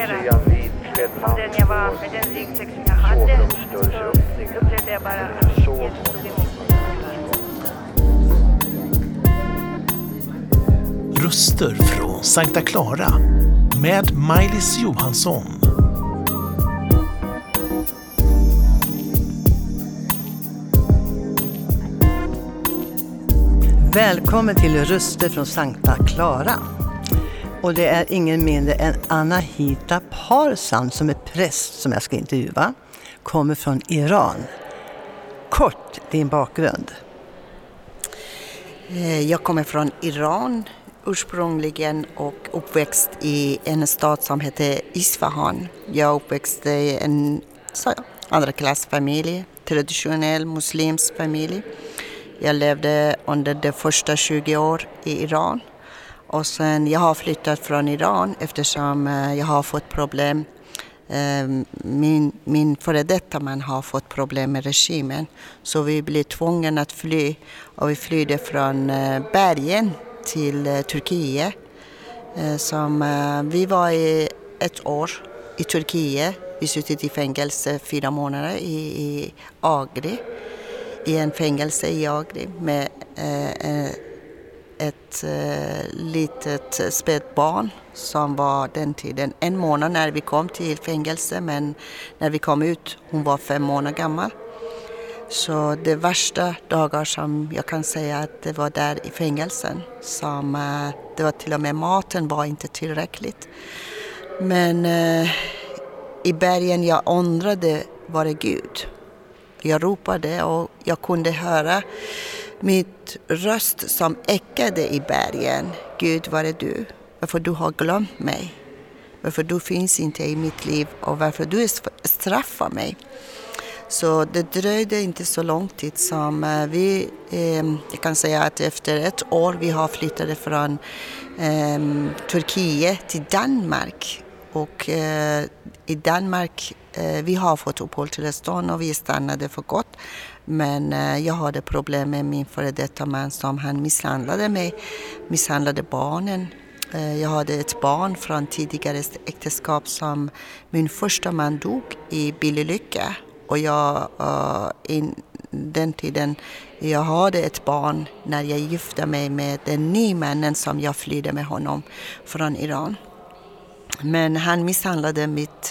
separerad från den jag var med den ryggsäck som jag hade, så upplevde jag bara att Jesus tog emot mig. Röster från Sankta Clara med Maj-Lis Johansson. Välkommen till Röster från Sankta Clara. Och det är ingen mindre än Anahita Parsan som är präst som jag ska intervjua. Kommer från Iran. Kort, din bakgrund. Jag kommer från Iran ursprungligen och uppväxt i en stad som heter Isfahan. Jag uppväxte i en andra klassfamilj, traditionell muslimsk familj. Jag levde under de första 20 år i Iran. Och sen jag har flyttat från Iran eftersom jag har fått problem. Min före detta man har fått problem med regimen. Så vi blev tvungna att fly. Och vi flydde från bergen till Turkiet. Vi var i ett år i Turkiet. Vi suttit i fängelse 4 månader i Agri. I en fängelse i Agri med ett litet spädbarn som var den tiden 1 månad när vi kom till fängelse, men när vi kom ut hon var 5 månader gammal. Så det värsta dagar som jag kan säga att det var där i fängelsen som det var till och med maten var inte tillräckligt. Men i bergen jag undrade var det Gud. Jag ropade och jag kunde höra mitt röst som ekade i bergen. Gud, var är du? Varför du har glömt mig? Varför du finns inte i mitt liv och varför du straffar mig? Så det dröjde inte så lång tid som jag kan säga att efter 1 år vi har flyttat från Turkiet till Danmark. Och i Danmark vi har fått uppehållstillstånd och vi stannade för gott. Men jag hade problem med min före detta man som han misshandlade mig, misshandlade barnen. Jag hade ett barn från tidigare äktenskap som min första man dog i bilolycka. Och jag den tiden jag hade ett barn när jag gifte mig med den nya mannen som jag flydde med honom från Iran. Men han misshandlade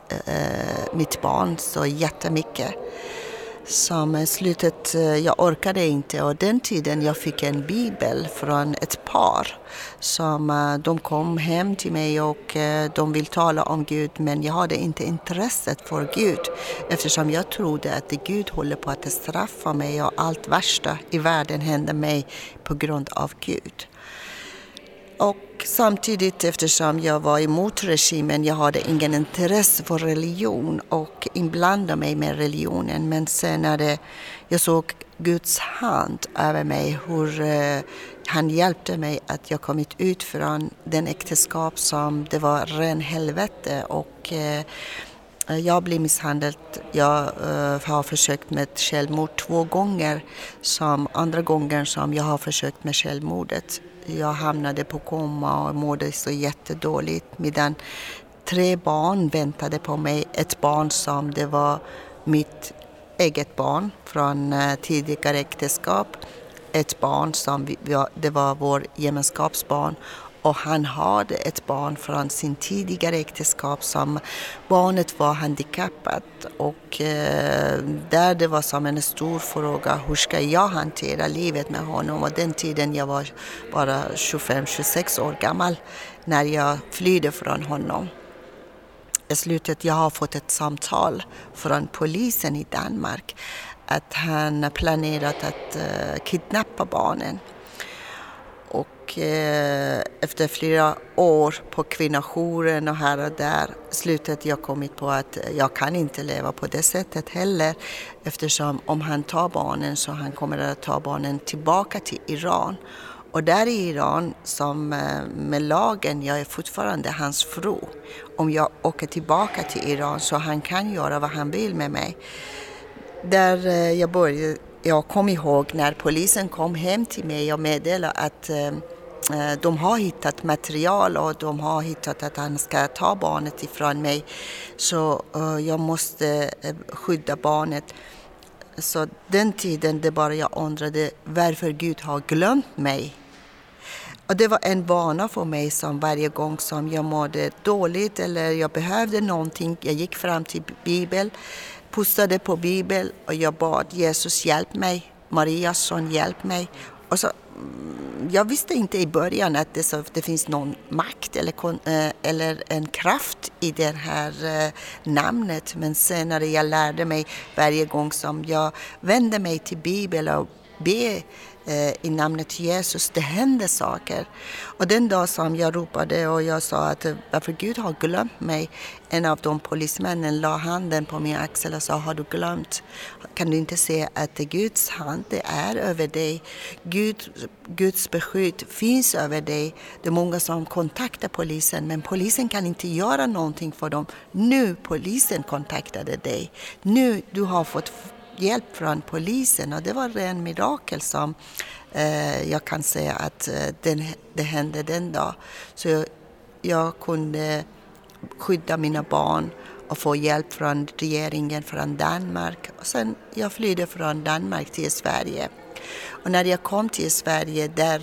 mitt barn så jättemycket. Som slutet, jag orkade inte och den tiden jag fick en bibel från ett par som de kom hem till mig och de vill tala om Gud, men jag hade inte intresset för Gud eftersom jag trodde att Gud håller på att straffa mig och allt värsta i världen hände mig på grund av Gud. Och samtidigt eftersom jag var emot regimen, jag hade ingen intresse för religion och inblandade mig med religionen. Men sen när jag såg Guds hand över mig, hur han hjälpte mig att jag kommit ut från den äktenskap som det var ren helvete och jag blev misshandlad. Jag har försökt med självmord 2 gånger, som andra gången som jag har försökt med självmordet. Jag hamnade på koma och mådde så jättedåligt medan 3 barn väntade på mig. Ett barn som det var mitt eget barn från tidigare äktenskap. Ett barn som det var vår gemenskapsbarn. Och han hade ett barn från sin tidigare äktenskap som barnet var handikappat. Och där det var som en stor fråga, hur ska jag hantera livet med honom? Och den tiden jag var bara 25-26 år gammal när jag flydde från honom. I slutet jag har fått ett samtal från polisen i Danmark att han planerat att kidnappa barnen. Och efter flera år på kvinnojouren och här och där slutet jag kommit på att jag kan inte leva på det sättet heller, eftersom om han tar barnen så han kommer att ta barnen tillbaka till Iran. Och där i Iran som med lagen, jag är fortfarande hans fru. Om jag åker tillbaka till Iran så han kan göra vad han vill med mig. Där jag kom ihåg när polisen kom hem till mig och meddelade att de har hittat material och de har hittat att han ska ta barnet ifrån mig. Så jag måste skydda barnet. Så den tiden det bara jag undrade varför Gud har glömt mig. Och det var en vana för mig som varje gång som jag mådde dåligt eller jag behövde någonting. Jag gick fram till Bibeln, pustade på Bibeln och jag bad Jesus hjälp mig, Marias son hjälp mig. Och så, jag visste inte i början att det finns någon makt eller en kraft i det här namnet. Men senare jag lärde mig varje gång som jag vände mig till Bibeln och be i namnet Jesus, det hände saker. Och den dag som jag ropade och jag sa att varför Gud har glömt mig, en av de polismännen la handen på min axel och sa, har du glömt? Kan du inte se att Guds hand det är över dig? Guds beskydd finns över dig. Det är många som kontaktar polisen, men polisen kan inte göra någonting för dem. Nu polisen kontaktade dig. Nu du har fått hjälp från polisen och det var en mirakel som jag kan säga att det hände den dag. Så jag kunde skydda mina barn och få hjälp från regeringen från Danmark. Och sen jag flydde från Danmark till Sverige. Och när jag kom till Sverige där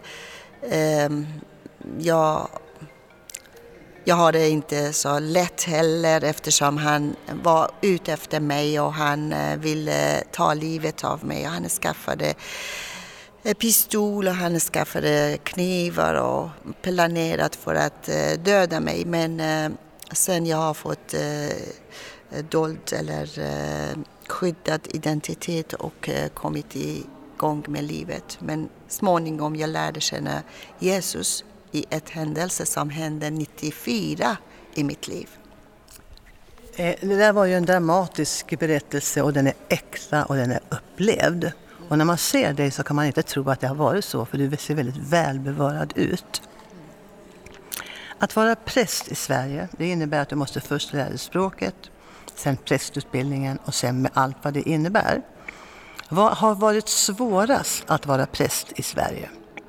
jag hade inte så lätt heller eftersom han var ute efter mig och han ville ta livet av mig. Han skaffade pistol och han skaffade knivar och planerat för att döda mig. Men sen jag har fått dold eller skyddad identitet och kommit igång med livet. Men småningom jag lärde känna Jesus i ett händelse som hände 94 i mitt liv. Det där var ju en dramatisk berättelse och den är äkta och den är upplevd. Och när man ser dig så kan man inte tro att det har varit så, för du ser väldigt välbevarad ut. Att vara präst i Sverige, det innebär att du måste först lära dig språket, sen prästutbildningen och sen med allt vad det innebär. Vad har varit svårast att vara präst i Sverige?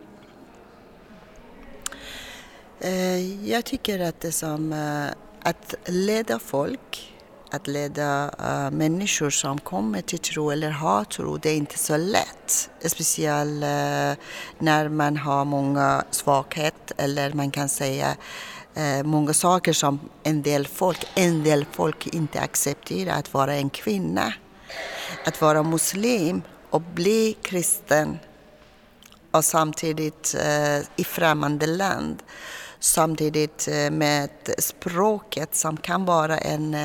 Jag tycker att det som att leda folk, att leda människor som kommer till tro eller har tro, det är inte så lätt. Speciellt när man har många svagheter eller man kan säga många saker som en del folk inte accepterar. Att vara en kvinna, att vara muslim och bli kristen och samtidigt i främmande land. Samtidigt med språket som kan vara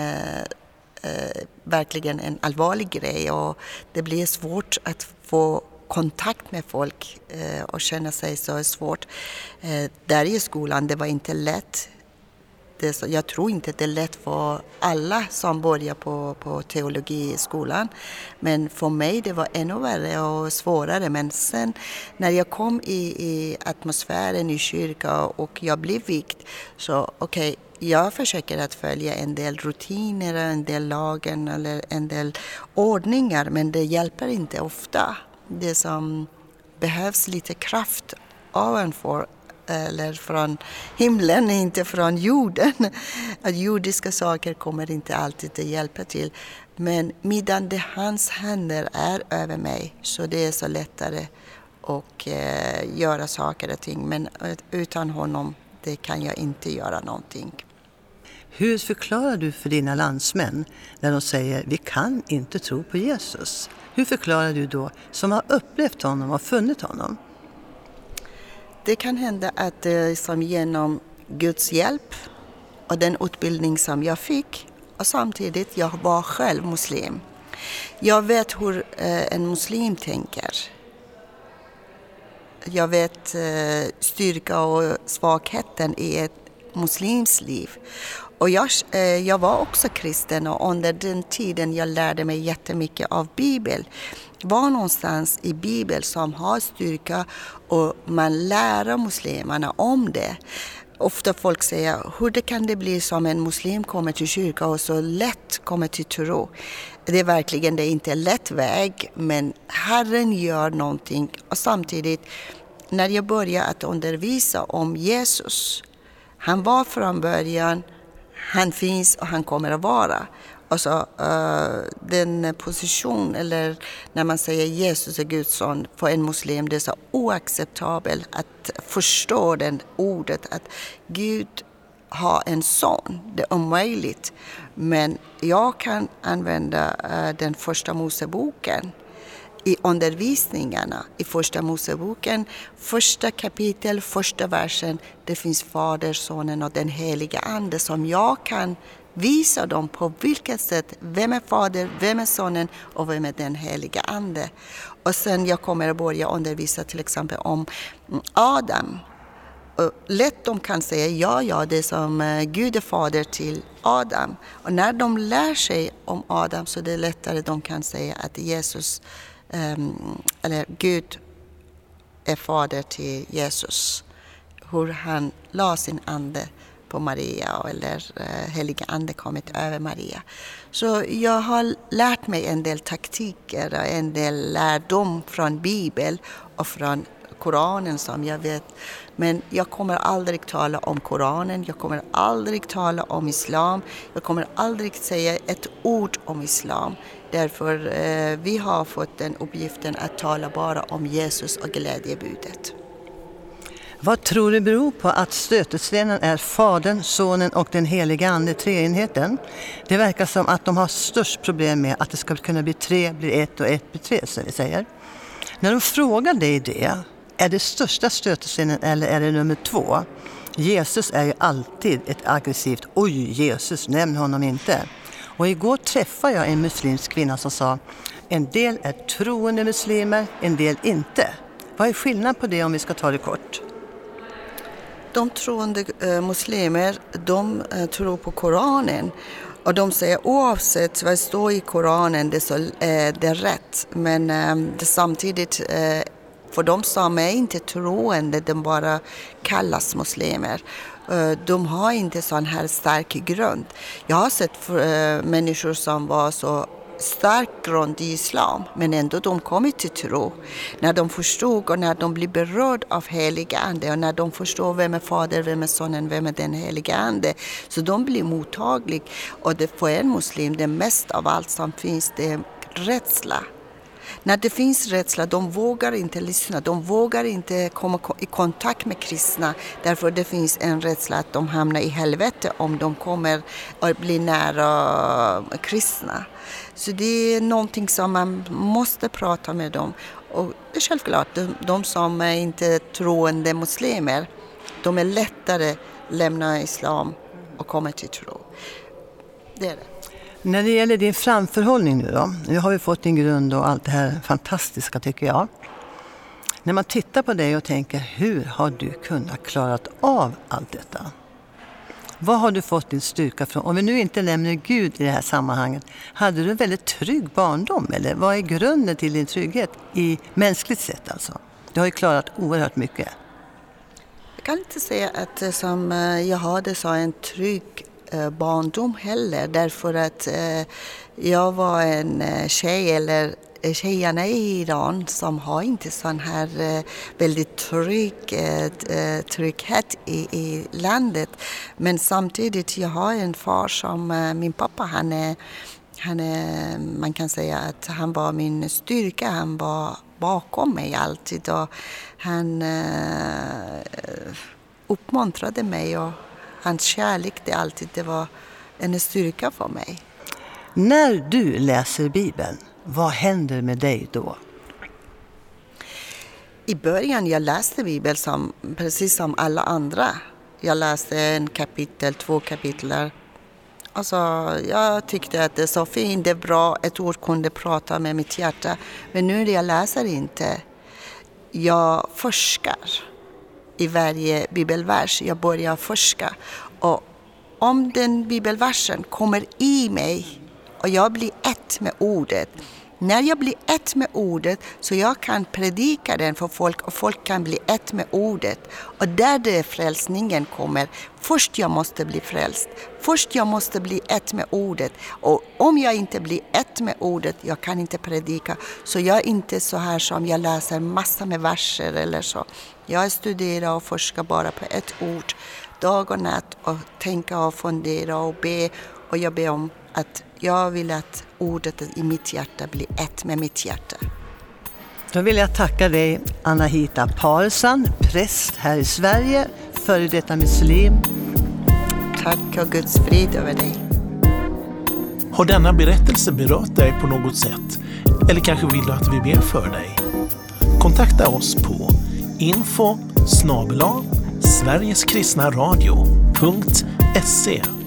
verkligen en allvarlig grej och det blir svårt att få kontakt med folk och känna sig så svårt. Där i skolan det var inte lätt. Jag tror inte det är lätt för alla som börjar på teologi i skolan. Men för mig det var ännu värre och svårare. Men sen när jag kom i atmosfären i kyrkan och jag blev vikt så jag försöker att följa en del rutiner, en del lagen eller en del ordningar. Men det hjälper inte ofta. Det som behövs lite kraft ovanför eller från himlen, inte från jorden. Att jordiska saker kommer inte alltid att hjälpa till. Men medan det hans händer är över mig så det är så lättare att göra saker och ting. Men utan honom det kan jag inte göra någonting. Hur förklarar du för dina landsmän när de säger vi kan inte tro på Jesus? Hur förklarar du då som har upplevt honom och funnit honom? Det kan hända att som genom Guds hjälp och den utbildning som jag fick och samtidigt jag var själv muslim. Jag vet hur en muslim tänker. Jag vet styrka och svagheten i ett muslims liv. Och jag var också kristen och under den tiden jag lärde mig jättemycket av Bibeln. Var någonstans i Bibeln som har styrka och man lär muslimerna om det. Ofta folk säger, hur det kan det bli som en muslim kommer till kyrkan och så lätt kommer till tro. Det är verkligen inte en lätt väg, men Herren gör någonting och samtidigt när jag började att undervisa om Jesus, han var från början, han finns och han kommer att vara. Alltså den position, eller när man säger Jesus är Guds son, för en muslim, det är så oacceptabelt att förstå det ordet, att Gud har en son. Det är omöjligt. Men jag kan använda den första Moseboken i undervisningarna. I första Moseboken, första kapitel, första versen, det finns Fader, Sonen och den heliga Ande som jag kan visa dem på vilket sätt, vem är Fader, vem är Sonen och vem är den heliga Ande. Och sen jag kommer att börja undervisa till exempel om Adam. Och lätt de kan säga ja, det är som Gud är fader till Adam. Och när de lär sig om Adam så är det lättare de kan säga att Jesus, eller Gud är fader till Jesus. Hur han la sin ande på Maria, eller heliga ande kommit över Maria. Så jag har lärt mig en del taktiker och en del lärdom från Bibeln och från Koranen som jag vet. Men jag kommer aldrig tala om Koranen, jag kommer aldrig tala om islam, jag kommer aldrig säga ett ord om islam. Därför vi har fått den uppgiften att tala bara om Jesus och glädjebudet. Vad tror du beror på att stötestenen är Fadern, Sonen och den heliga Ande, treenigheten? Det verkar som att de har störst problem med att det ska kunna bli 3 blir 1 och 1 blir 3, så vi säger. När de frågar dig det, är det största stötestenen eller är det nummer 2? Jesus är ju alltid ett aggressivt, oj Jesus, nämn honom inte. Och igår träffade jag en muslimsk kvinna som sa, en del är troende muslimer, en del inte. Vad är skillnaden på det om vi ska ta det kort? De troende muslimer, de tror på Koranen. Och de säger oavsett vad det står i Koranen, det är rätt. Men det samtidigt, för de som är inte troende, de bara kallas muslimer. De har inte sån här stark grund. Jag har sett människor som var så stark grund i islam, men ändå de kommit till tro. När de förstod och när de blir berörd av heliga ande och när de förstår vem är fader, vem är sonen, vem är den heliga ande, så de blir mottagliga. Och det för en muslim, det mest av allt som finns, det är rädsla. När det finns rädsla, de vågar inte lyssna, de vågar inte komma i kontakt med kristna. Därför det finns en rädsla att de hamnar i helvete om de kommer att bli nära kristna. Så det är någonting som man måste prata med dem. Och det är självklart, de som är inte troende muslimer, de är lättare att lämna islam och komma till tro. Det är det. När det gäller din framförhållning nu då, nu har vi fått din grund och allt det här fantastiska tycker jag. När man tittar på dig och tänker, hur har du kunnat klara av allt detta? Vad har du fått din styrka från? Om vi nu inte lämnar Gud i det här sammanhanget, hade du en väldigt trygg barndom? Eller vad är grunden till din trygghet i mänskligt sätt alltså? Du har ju klarat oerhört mycket. Jag kan inte säga att som jag hade så en trygg barndom heller, därför att jag var en tjej, eller tjejerna i Iran som har inte sån här väldigt trygghet i landet. Men samtidigt jag har en far som min pappa, han är man kan säga att han var min styrka, han var bakom mig alltid och han uppmuntrade mig och hans kärlek det var en styrka för mig. När du läser Bibeln, vad händer med dig då? I början jag läste Bibeln precis som alla andra. Jag läste 1 kapitel, 2 kapitlar. Alltså, jag tyckte att det är så fint, det är bra, ett ord kunde prata med mitt hjärta. Men nu när jag läser inte, jag forskar i varje bibelvers. Jag börjar forska. Och om den bibelversen kommer i mig och jag blir ett med ordet. När jag blir ett med ordet så jag kan predika den för folk och folk kan bli ett med ordet. Och där det frälsningen kommer. Först jag måste bli frälst. Först jag måste bli ett med ordet. Och om jag inte blir ett med ordet, jag kan inte predika. Så jag är inte så här som jag läser massor med verser eller så. Jag studerar och forskar bara på ett ord dag och natt och tänker och fundera och be. Och jag ber om att jag vill att ordet i mitt hjärta blir ett med mitt hjärta. Då vill jag tacka dig, Anahita Parsan, präst här i Sverige, före detta muslim. Tack och Guds frid över dig. Har denna berättelse berört dig på något sätt? Eller kanske vill du att vi ber för dig? Kontakta oss på info@sverigeskristnaradio.se